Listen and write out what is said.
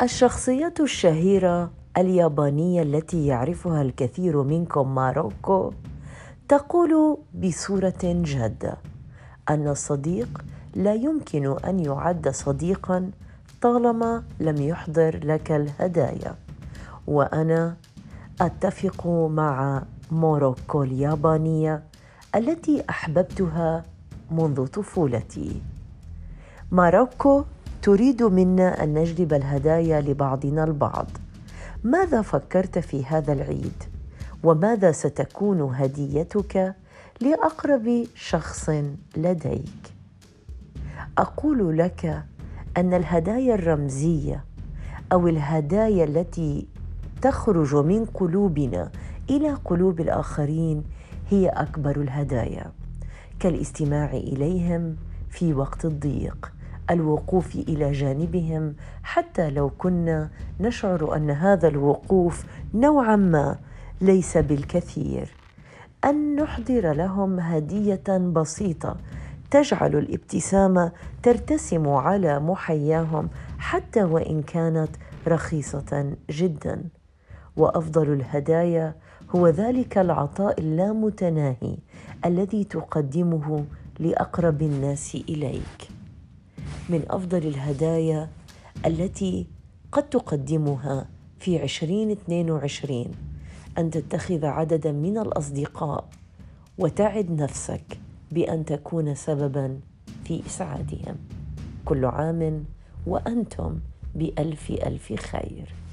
الشخصية الشهيرة اليابانية التي يعرفها الكثير منكم ماروكو تقول بصورة جادة أن الصديق لا يمكن أن يعد صديقاً طالما لم يحضر لك الهدايا. وأنا أتفق مع ماروكو اليابانية التي أحببتها منذ طفولتي. ماروكو تريد منا أن نجلب الهدايا لبعضنا البعض. ماذا فكرت في هذا العيد؟ وماذا ستكون هديتك لأقرب شخص لديك؟ أقول لك أن الهدايا الرمزية أو الهدايا التي تخرج من قلوبنا إلى قلوب الآخرين هي أكبر الهدايا، كالاستماع إليهم في وقت الضيق، الوقوف إلى جانبهم حتى لو كنا نشعر أن هذا الوقوف نوعا ما ليس بالكثير، أن نحضر لهم هدية بسيطة تجعل الابتسامة ترتسم على محياهم حتى وإن كانت رخيصة جدا. وأفضل الهدايا هو ذلك العطاء اللامتناهي الذي تقدمه لأقرب الناس إليك. من أفضل الهدايا التي قد تقدمها في 2022 أن تتخذ عددا من الأصدقاء وتعد نفسك بأن تكون سببا في إسعادهم. كل عام وأنتم بألف ألف خير.